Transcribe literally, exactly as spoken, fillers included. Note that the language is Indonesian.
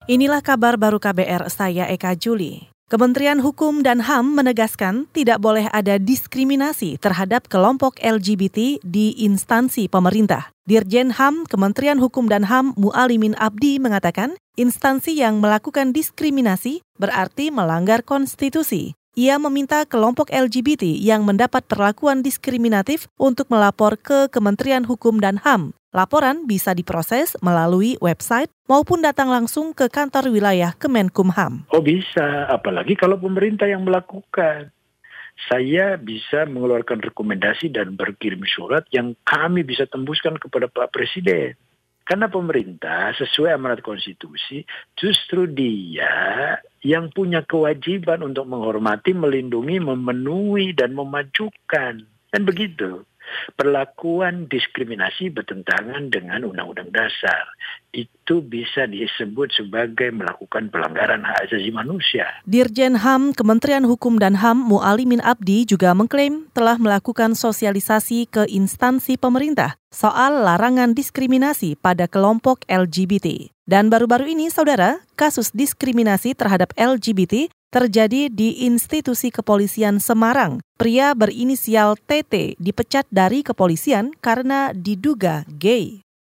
Inilah kabar baru K B R, saya Eka Juli. Kementerian Hukum dan H A M menegaskan tidak boleh ada diskriminasi terhadap kelompok L G B T di instansi pemerintah. Dirjen H A M Kementerian Hukum dan H A M Mualimin Abdi mengatakan, instansi yang melakukan diskriminasi berarti melanggar konstitusi. Ia meminta kelompok L G B T yang mendapat perlakuan diskriminatif untuk melapor ke Kementerian Hukum dan H A M. Laporan bisa diproses melalui website maupun datang langsung ke kantor wilayah Kemenkumham. Oh bisa, apalagi kalau pemerintah yang melakukan. Saya bisa mengeluarkan rekomendasi dan berkirim surat yang kami bisa tembuskan kepada Pak Presiden. Karena pemerintah sesuai amanat konstitusi justru dia yang punya kewajiban untuk menghormati, melindungi, memenuhi, dan memajukan. Dan begitu. Perlakuan diskriminasi bertentangan dengan Undang-Undang Dasar. Itu bisa disebut sebagai melakukan pelanggaran hak asasi manusia. Dirjen H A M Kementerian Hukum dan H A M Mualimin Abdi juga mengklaim telah melakukan sosialisasi ke instansi pemerintah soal larangan diskriminasi pada kelompok L G B T. Dan baru-baru ini, saudara, kasus diskriminasi terhadap L G B T terjadi di institusi kepolisian Semarang. Pria berinisial T T dipecat dari kepolisian karena diduga gay.